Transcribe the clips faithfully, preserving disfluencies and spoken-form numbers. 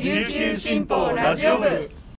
琉球新報ラジオ部。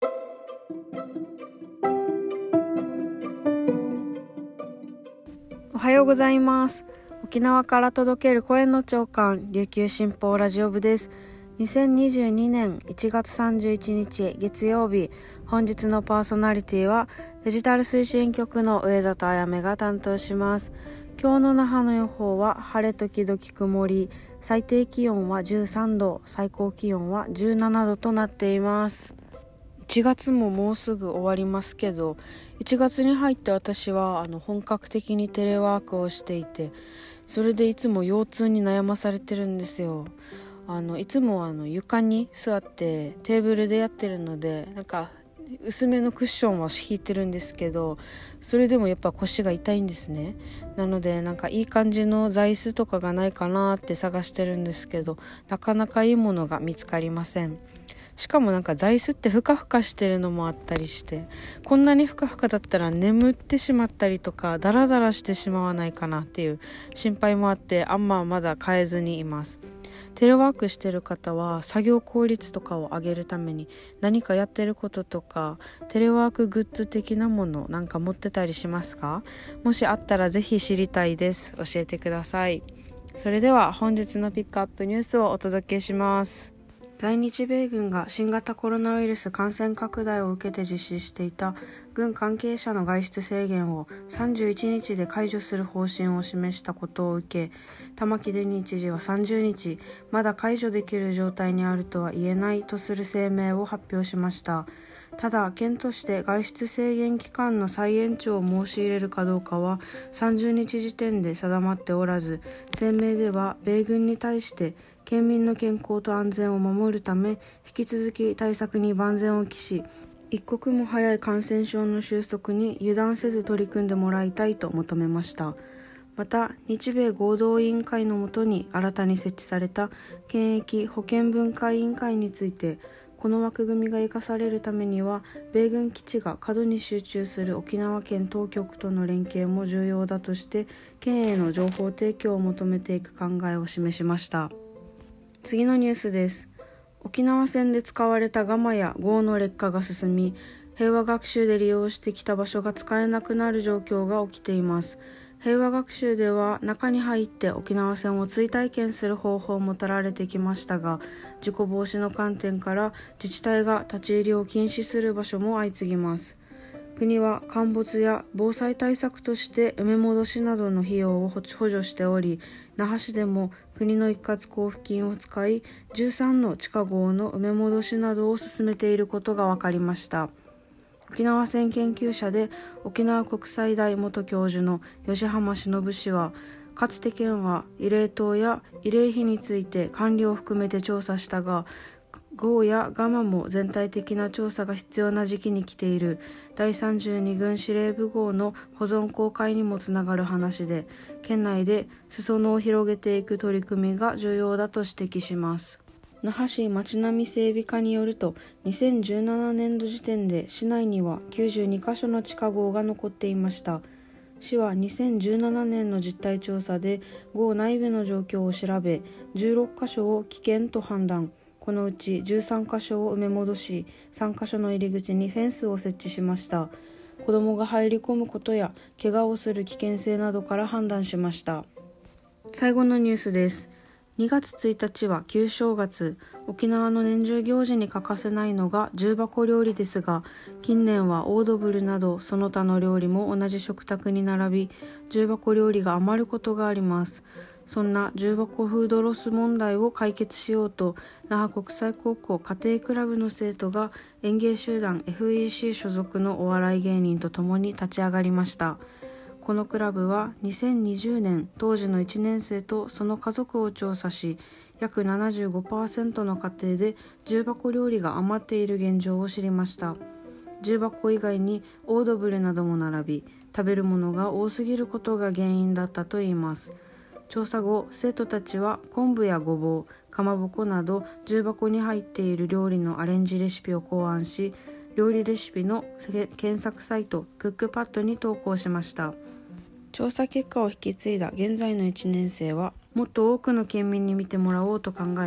おはようございます。沖縄から届ける声の朝刊、琉球新報ラジオ部です。にせんにじゅうにねんいちがつさんじゅういちにち月曜日、本日のパーソナリティはデジタル推進局の上里あやめが担当します。今日の那覇の予報は晴れ時々曇り、最低気温はじゅうさんど、最高気温はじゅうななどとなっています。いちがつももうすぐ終わりますけど、いちがつに入って私はあの本格的にテレワークをしていて、それでいつも腰痛に悩まされてるんですよ。あのいつもあの床に座ってテーブルでやってるので、なんか薄めのクッションは引いてるんですけど、それでもやっぱ腰が痛いんですね。なのでなんかいい感じの座椅子とかがないかなって探してるんですけど、なかなかいいものが見つかりません。しかもなんか座椅子ってふかふかしてるのもあったりして、こんなにふかふかだったら眠ってしまったりとかダラダラしてしまわないかなっていう心配もあって、あんままだ買えずにいます。テレワークしてる方は作業効率とかを上げるために何かやってることとか、テレワークグッズ的なものなんか持ってたりしますか？もしあったらぜひ知りたいです。教えてください。それでは本日のピックアップニュースをお届けします。在日米軍が新型コロナウイルス感染拡大を受けて実施していた軍関係者の外出制限をさんじゅういちにちで解除する方針を示したことを受け、玉城デニー知事はさんじゅうにち、まだ解除できる状態にあるとは言えないとする声明を発表しました。ただ、県として外出制限期間の再延長を申し入れるかどうかはさんじゅうにち時点で定まっておらず、声明では米軍に対して県民の健康と安全を守るため引き続き対策に万全を期し、一刻も早い感染症の収束に油断せず取り組んでもらいたいと求めました。また、日米合同委員会の下に新たに設置された検疫保健文化委員会について、この枠組みが生かされるためには米軍基地が過度に集中する沖縄県当局との連携も重要だとして、県への情報提供を求めていく考えを示しました。次のニュースです。沖縄戦で使われたガマや壕の劣化が進み、平和学習で利用してきた場所が使えなくなる状況が起きています。平和学習では中に入って沖縄戦を追体験する方法も取られてきましたが、事故防止の観点から自治体が立ち入りを禁止する場所も相次ぎます。国は陥没や防災対策として埋め戻しなどの費用を補助しており、那覇市でも国の一括交付金を使いじゅうさんの地下壕の埋め戻しなどを進めていることが分かりました。沖縄戦研究者で沖縄国際大元教授の吉浜忍氏は、かつて県は慰霊塔や慰霊碑について管理を含めて調査したが、壕やガマも全体的な調査が必要な時期に来ている。だいさんじゅうにぐん司令部壕の保存公開にもつながる話で、県内で裾野を広げていく取り組みが重要だと指摘します。那覇市町並み整備課によると、にせんじゅうななねんど時点で市内にはきゅうじゅうにかしょの地下壕が残っていました。市はにせんじゅうななねんの実態調査で壕内部の状況を調べ、じゅうろっかしょを危険と判断。このうちじゅうさんかしょを埋め戻し、さんかしょの入り口にフェンスを設置しました。子どもが入り込むことや怪我をする危険性などから判断しました。最後のニュースです。にがつついたちは旧正月、沖縄の年中行事に欠かせないのが重箱料理ですが、近年はオードブルなどその他の料理も同じ食卓に並び、重箱料理が余ることがあります。そんな重箱フードロス問題を解決しようと、那覇国際高校家庭クラブの生徒が演芸集団 エフイーシー 所属のお笑い芸人と共に立ち上がりました。このクラブはにせんにじゅうねん当時のいちねんせいとその家族を調査し、約 ななじゅうごパーセント の家庭で重箱料理が余っている現状を知りました。重箱以外にオードブルなども並び、食べるものが多すぎることが原因だったといいます。調査後、生徒たちは昆布やごぼう、かまぼこなど重箱に入っている料理のアレンジレシピを考案し、料理レシピの検索サイトクックパッドに投稿しました。調査結果を引き継いだ現在のいちねんせいは、もっと多くの県民に見てもらおうと考え、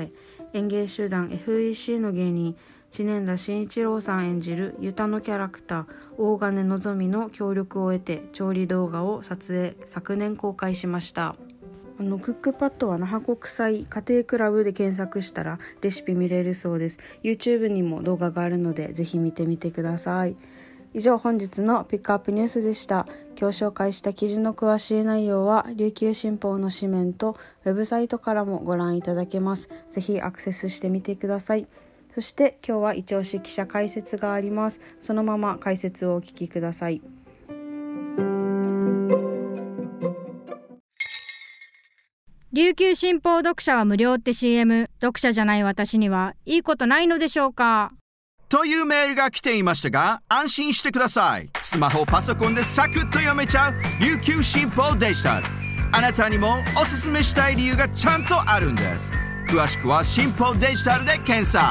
演芸集団 エフイーシー の芸人知念田真一郎さん演じるユタのキャラクター大金のぞみの協力を得て調理動画を撮影昨年公開しました。あのクックパッドは那覇国際家庭クラブで検索したらレシピ見れるそうです。 YouTube にも動画があるのでぜひ見てみてください。以上、本日のピックアップニュースでした。今日紹介した記事の詳しい内容は琉球新報の紙面とウェブサイトからもご覧いただけます。ぜひアクセスしてみてください。そして今日は一押し記者解説があります。そのまま解説をお聞きください。 琉球新報読者は無料って シーエム、 読者じゃない私にはいいことないのでしょうかというメールが来ていましたが、安心してください。スマホパソコンでサクッと読めちゃう琉球新報デジタル。あなたにもおすすめしたい理由がちゃんとあるんです。詳しくは新報デジタルで検索。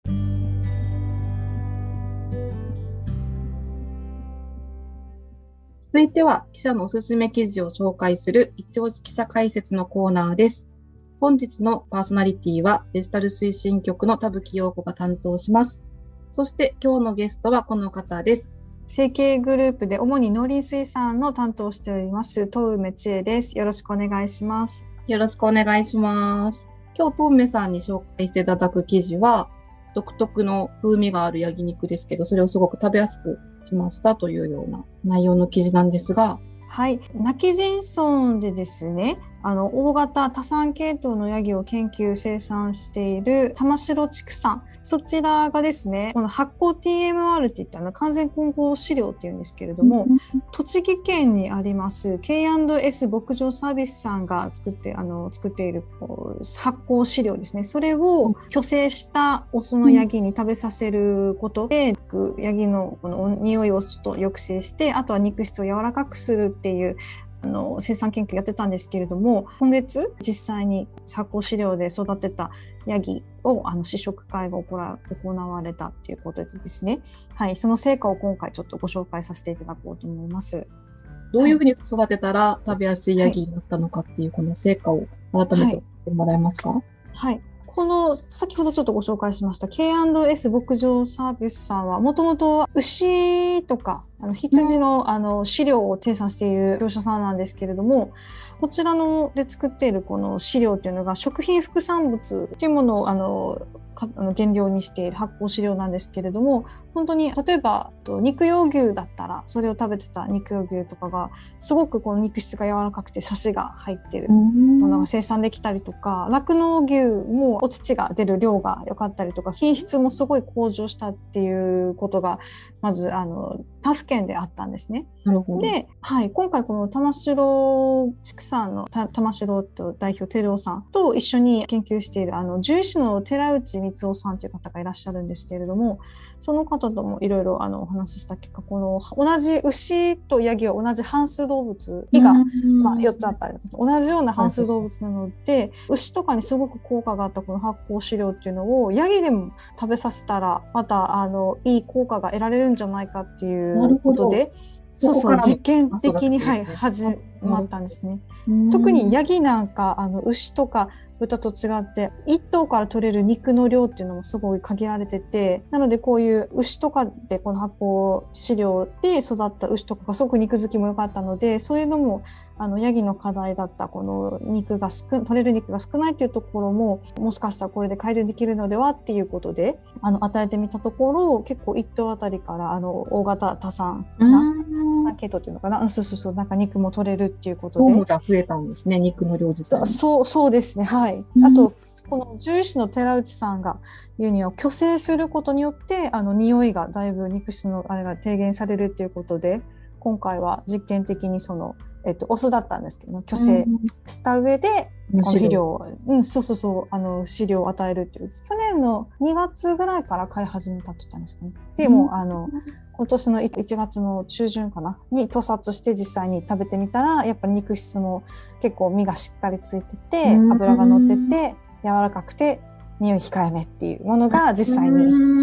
続いては記者のおすすめ記事を紹介する一押し記者解説のコーナーです。本日のパーソナリティはデジタル推進局の田吹陽子が担当します。そして今日のゲストはこの方です。 成形グループで主に農林水産の担当をしております東梅千恵です。よろしくお願いします。 よろしくお願いします。今日東梅さんに紹介していただく記事は独特の風味がある焼肉ですけど、それをすごく食べやすくしましたというような内容の記事なんですが、 はい、今帰仁村でですね、あの大型多産系統のヤギを研究生産している玉城畜産、そちらがですね、この発酵 ティーエムアール っていったの完全混合飼料っていうんですけれども、栃木県にあります ケーアンドエス 牧場サービスさんが作ってあの作っている発酵飼料ですね、それを去勢したオスのヤギに食べさせることで、うん、ヤギのこの匂いをちょっと抑制して、あとは肉質を柔らかくするっていうあの生産研究やってたんですけれども、今月実際に発酵飼料で育てたヤギをあの試食会が行われたということでですね、はい、その成果を今回ちょっとご紹介させていただこうと思います。 どういうふうに育てたら食べやすいヤギになったのかっていう、この成果を改めて教えてもらえますか？ はい、はいこの先ほどちょっとご紹介しました ケーアンドエス 牧場サービスさんはもともと牛とかあの羊 の,、うん、あの飼料を生産している業者さんなんですけれども、こちらので作っているこの飼料というのが食品副産物というものをあのあの原料にしている発酵飼料なんですけれども、本当に例えば肉用牛だったらそれを食べてた肉用牛とかがすごくこの肉質が柔らかくてサシが入っているものが生産できたりとか、酪農牛もお乳が出る量が良かったりとか、品質もすごい向上したっていうことがまずあの他府県であったんですね。 なるほど。 で、はい、今回この玉城畜産の玉城と代表照夫さんと一緒に研究しているあの獣医師の寺内光夫さんという方がいらっしゃるんですけれども、その方ともいろいろお話しした結果、この同じ牛とヤギは同じ反数動物、胃が、まあ、よっつあったり同じような反数動物なので、牛とかにすごく効果があったこの発酵飼料っていうのをヤギでも食べさせたらまたあのいい効果が得られるんじゃないかっていうことで、そうそう実験的に、はい、始まったんですね。特にヤギなんかあの牛とか豚と違っていっ頭から取れる肉の量っていうのもすごい限られてて、なのでこういう牛とかでこの発酵飼料で育った牛とかがすごく肉付きも良かったので、そういうのもあのヤギの課題だったこの肉が少取れる肉が少ないっていうところももしかしたらこれで改善できるのではっていうことであの与えてみたところ、結構いっ頭あたりからあの大型多産な系統っていうのかな、そうそうそう、なんか肉も取れるっていうことで、 量が増えたんですね、肉の量自体。 そうそうですね、はい。あとこの獣医師の寺内さんが言うには、去勢することによってあの匂いがだいぶ肉質のあれが低減されるっていうことで、今回は実験的にそのえっと、オスだったんですけど、去勢した上で、この肥料を、うん、そうそうそう、あの、飼料を与えるっていう、去年のにがつぐらいから飼い始めたって言ったんですかね。でも、あの、今年のいちがつの中旬かな、に屠殺して実際に食べてみたら、やっぱ肉質も結構身がしっかりついてて、脂が乗ってて、柔らかくて、匂い控えめっていうものが実際に、うん、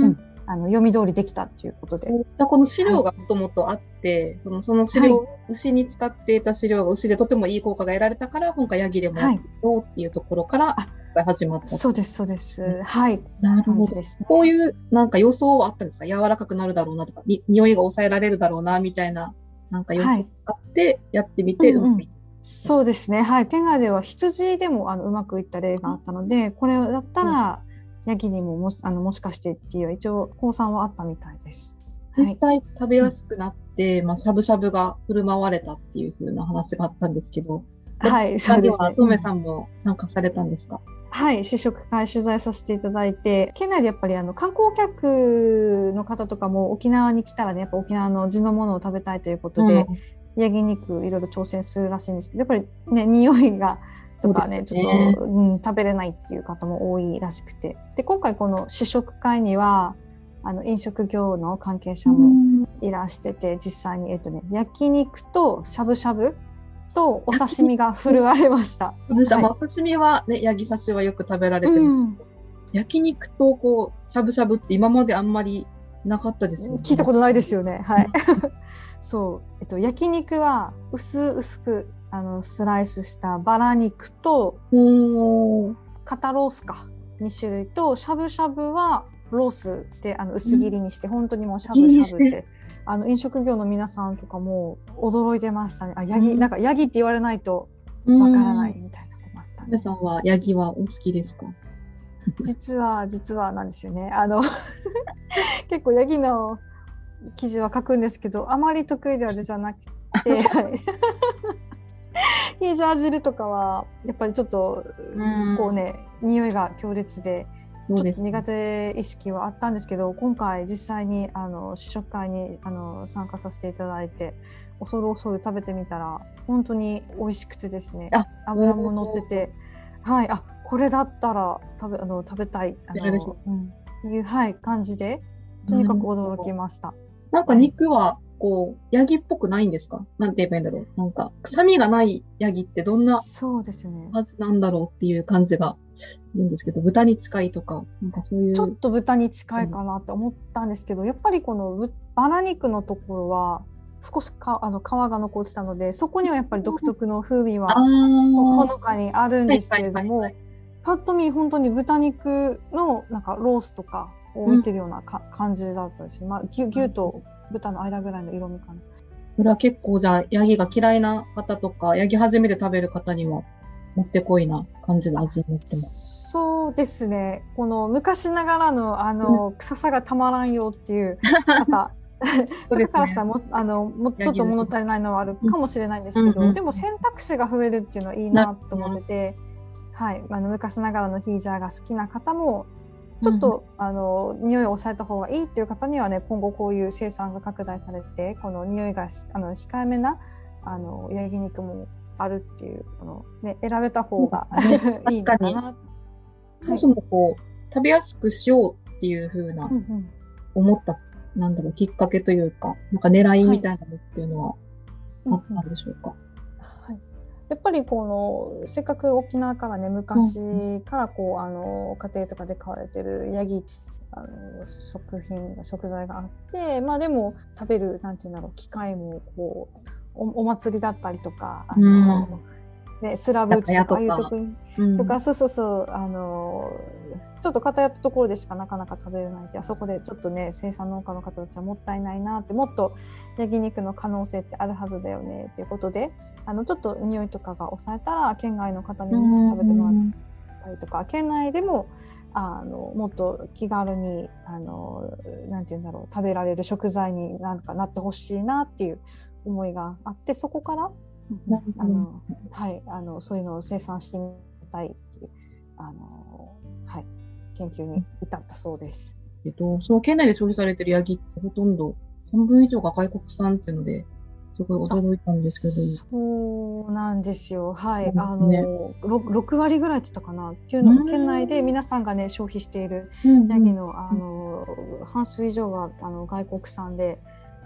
あの読み通りできたっていうことで。 じゃあこの資料がもともとあって、はい、そのその資料、はい、牛に使っていた資料が牛でとてもいい効果が得られたから、今回ヤギでもやろうっていうところから始まった、はい、 そうですそうです、うん、はい。 なるほど、ね、こういうなんか予想はあったんですか？柔らかくなるだろうなとか、に匂いが抑えられるだろうなみたいな、なんか予想があってやってみて、はい、うんうん、 そうですね、はい。県外では羊でもあのうまくいった例があったので、これだったら、うんヤギにもも し, あのもしかしてっていう一応公算はあったみたいです。 実際食べやすくなって、うんまあ、しゃぶしゃぶが振る舞われたっていう風な話があったんですけど、 はい、そうですね。 トメさんも参加されたんですか？ はい、試食会取材させていただいて、県内でやっぱりあの観光客の方とかも沖縄に来たらね、やっぱ沖縄の地のものを食べたいということで、うん、ヤギ肉いろいろ挑戦するらしいんですけど、やっぱりね匂いがとかね、ちょっと、うん、食べれないっていう方も多いらしくて、で今回この試食会にはあの飲食業の関係者もいらしてて、実際に、えっとね、焼肉としゃぶしゃぶとお刺身が振るわれました。 はい、まあ、お刺身はね、ヤギ刺しはよく食べられてるんですけど、うん、焼肉とこうしゃぶしゃぶって今まであんまりなかったですよね。 聞いたことないですよね。はい。そう、えっと、焼肉は薄々くあのスライスしたバラ肉と肩ロースかに種類と、しゃぶしゃぶはロースであの薄切りにして、うん、本当にもうしゃぶしゃぶってあの飲食業の皆さんとかも驚いてましたね。あ、ヤギ、うん、なんかヤギって言われないとわからないみたいになってましたね。 皆さんはヤギはお好きですか？ 実は実はなんですよね。あの結構ヤギの記事は書くんですけど、あまり得意では実はなくて。ヒージャー汁とかはやっぱりちょっとこうね、匂いが強烈でちょっと苦手意識はあったんですけど、今回実際にあの試食会にあの参加させていただいて、恐る恐る食べてみたら本当に美味しくてですね、脂も乗ってて、はい、あ、これだったら食べ、あの食べたいあの、うん、いう、はい、感じでとにかく驚きました。 なんか肉はこうヤギっぽくないんですか？なんて言えばいいんだろう。なんか臭みがないヤギってどんなそうですね味なんだろうっていう感じがするんですけど、豚に近いとか、なんかそういうちょっと豚に近いかなって思ったんですけど、やっぱりこのバラ肉のところは少しかあの皮が残ってたので、そこにはやっぱり独特の風味はほのかにあるんですけれども、パッと見本当に豚肉のなんかロースとかを置いてるようなか、うん、感じだったし、まあ、牛, 牛と豚の間ぐらいの色味かな。 これは結構じゃあヤギが嫌いな方とかヤギ初めて食べる方にはもってこいな感じの味になってます。 そうですね。この昔ながらのあの、うん、臭さがたまらんよっていう方だからさ、もあのもうちょっと物足りないのはあるかもしれないんですけど、うんうんうん、でも選択肢が増えるっていうのはいいなと思ってて、はい、あの昔ながらのヒージャーが好きな方もちょっと、うん、あの匂いを抑えた方がいいっていう方にはね、今後こういう生産が拡大されて、この匂いがあの控えめなあのヤギ肉もあるっていう、この、ね、選べた方が、ね、いいのかな。 そもそもこう食べやすくしようっていう風な、うんうん、思ったなんだろうきっかけというか、なんか狙いみたいなのっていうのはあったんでしょうか？ はい、はい、やっぱりこのせっかく沖縄からね、昔からこうあの家庭とかで買われてるヤギあの食品食材があって、まあでも食べるなんていうんだろう機会もこう お, お祭りだったりとか、あの、うんね、スラブ打ちとかああいうところとか、うん、そうそうそうあのちょっと偏ったところでしかなかなか食べれないで、あそこでちょっとね生産農家の方たちはもったいないなって、もっとヤギ肉の可能性ってあるはずだよねっていうことで、あのちょっと匂いとかが抑えたら県外の方にも食べてもらったりとか、県内でもあのもっと気軽にあのなんていうんだろう食べられる食材になんかなってほしいなっていう思いがあって、そこからあの、はい、あのそういうのを生産してみたいっていうあの、はい、研究に至ったそうです。 えっと、その県内で消費されているヤギってほとんど半分以上が外国産っていうのですごい驚いたんですけど。 そうなんですよ。はい、ね、あの 6, ろく割ぐらいって言ったかなっていうのを県内で皆さんがね消費しているヤギの、あの半数以上はあの外国産で、で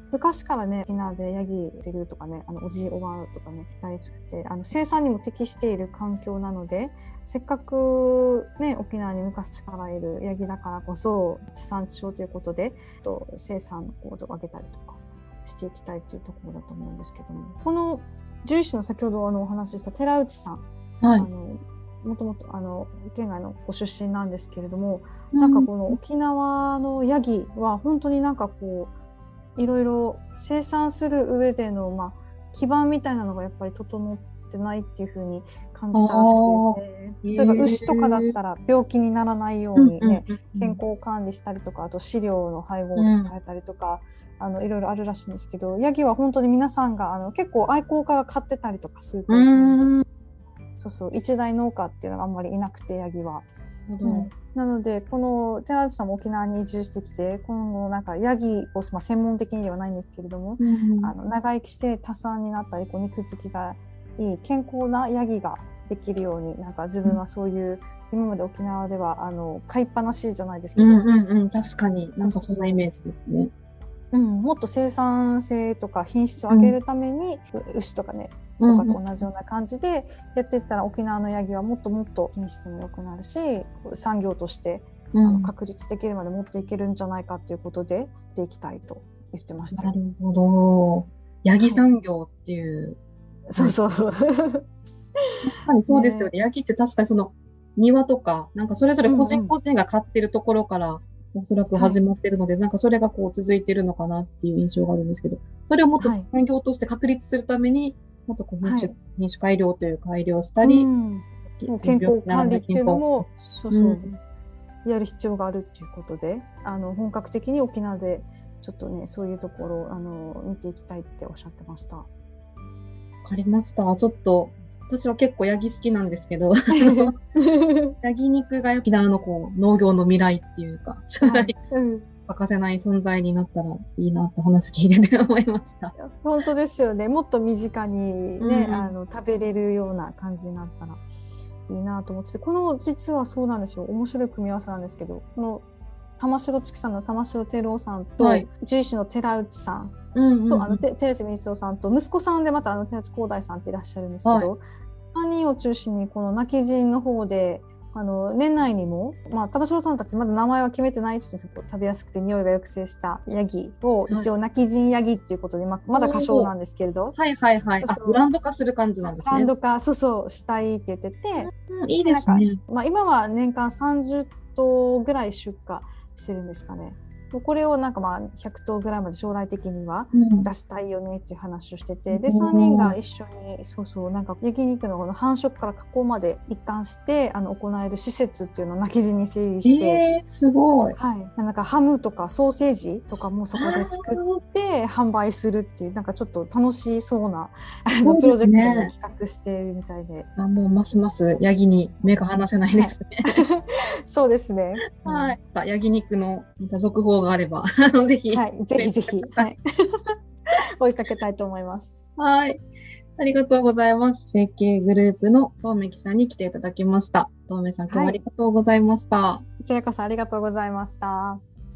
昔からね沖縄でヤギ出るとかね、あのおじいおばあとかね大好きで、あの生産にも適している環境なので、せっかくね沖縄に昔からいるヤギだからこそ地産地消ということでと生産の向上を上げたりとかしていきたいというところだと思うんですけども、この獣医師の先ほどあのお話しした寺内さん、 はい、 あのもともとあの県外のご出身なんですけれども、うん、なんかこの沖縄のヤギは本当になんかこういろいろ生産する上での、まあ、基盤みたいなのがやっぱり整ってないっていう風に感じたらしくてですね、例えば牛とかだったら病気にならないようにね、うんうんうん、健康管理したりとか、あと飼料の配合を変えたりとか、うん、あのいろいろあるらしいんですけど、ヤギは本当に皆さんがあの結構愛好家が飼ってたりとかすると、うんそうそう一大農家っていうのがあんまりいなくてヤギは、うん、なのでこの寺内さんも沖縄に移住してきて、今後なんかヤギを、まあ、専門的にではないんですけれども、うんうん、あの長生きして多産になったりこう肉付きがいい健康なヤギができるように、なんか自分はそういう、うん、今まで沖縄ではあの飼いっぱなしじゃないですけど、 うんうんうん、確かになんかそんなイメージですね。 うん、もっと生産性とか品質を上げるために、うん、牛とかねとかと同じような感じでやっていったら、沖縄のヤギはもっともっと品質も良くなるし、産業として、うん、あの確立できるまで持っていけるんじゃないかということでしていきたいと言ってました。 なるほど。ヤギ産業っていう、 はい、そうそうそう確かにそうですよね。ヤギって確かにその庭とかなんかそれぞれ個人個人が飼ってるところから、うんうんおそらく始まってるので、はい、なんかそれがこう続いてるのかなっていう印象があるんですけど、それをもっと産業として確立するために、もっとこう品種、はい、品種改良という改良したり、うん、 健康管理っていうのもそうそう、うん、やる必要があるっていうことで、あの本格的に沖縄でちょっとねそういうところをあの見ていきたいっておっしゃってました。わかりました。ちょっと私は結構ヤギ好きなんですけどヤギ肉が沖縄のこう農業の未来っていうか将来、うん、欠かせない存在になったらいいなと話聞いてて思いました。 本当ですよね。もっと身近にね、うん、あの食べれるような感じになったらいいなと思ってて、この実はそうなんですよ、面白い組み合わせなんですけど、この玉城畜産の玉城照夫さんと、はい、獣医師の寺内さんと、うんうんうん、あの寺内光雄さんと息子さんでまたあの寺内光大さんっていらっしゃるんですけど、はい、さんにんを中心にこの泣き人の方であの年内にも、まあ、玉城さんたちまだ名前は決めてないですけど、食べやすくて匂いが抑制したヤギを一応泣き人ヤギっていうことで、ま, まだ仮称なんですけれど、 はいはいはい、あブランド化する感じなんですね。 ブランド化そうそうしたいって言ってて、 うん、いいですね。 まあ、今は年間さんじゅっとうぐらい出荷してるんですかね。これをなんかまあひゃくとうぐらいまで将来的には出したいよねっていう話をしてて、うん、でさんにんが一緒にそうそうなんか焼肉のこの繁殖から加工まで一貫してあの行える施設っていうのを泣き人に整理して、 えー、すごい、 はい、なんかハムとかソーセージとかもそこで作って販売するっていうなんかちょっと楽しそうなあのプロジェクトを企画しているみたいで、 あもうますますヤギに目が離せないですね、 はい、そうですね、 はい、ヤギ肉のまた続報があればぜひ、 はい、ぜひぜひ、はい、追いかけたいと思います。 はい、ありがとうございます。成形グループの東明さんに来ていただきました。東明さん、今日はありがとうございました。 はい、こちらこそありがとうございました。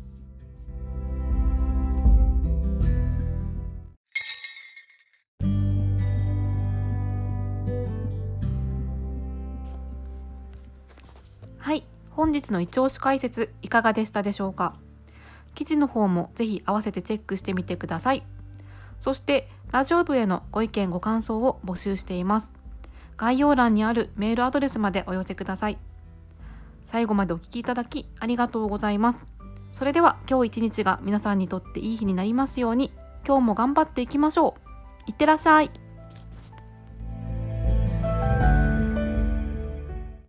はい、本日の一押し解説いかがでしたでしょうか。記事の方もぜひ合わせてチェックしてみてください。そしてラジオ部へのご意見ご感想を募集しています。概要欄にあるメールアドレスまでお寄せください。最後までお聞きいただきありがとうございます。それでは今日一日が皆さんにとっていい日になりますように、今日も頑張っていきましょう。いってらっしゃい。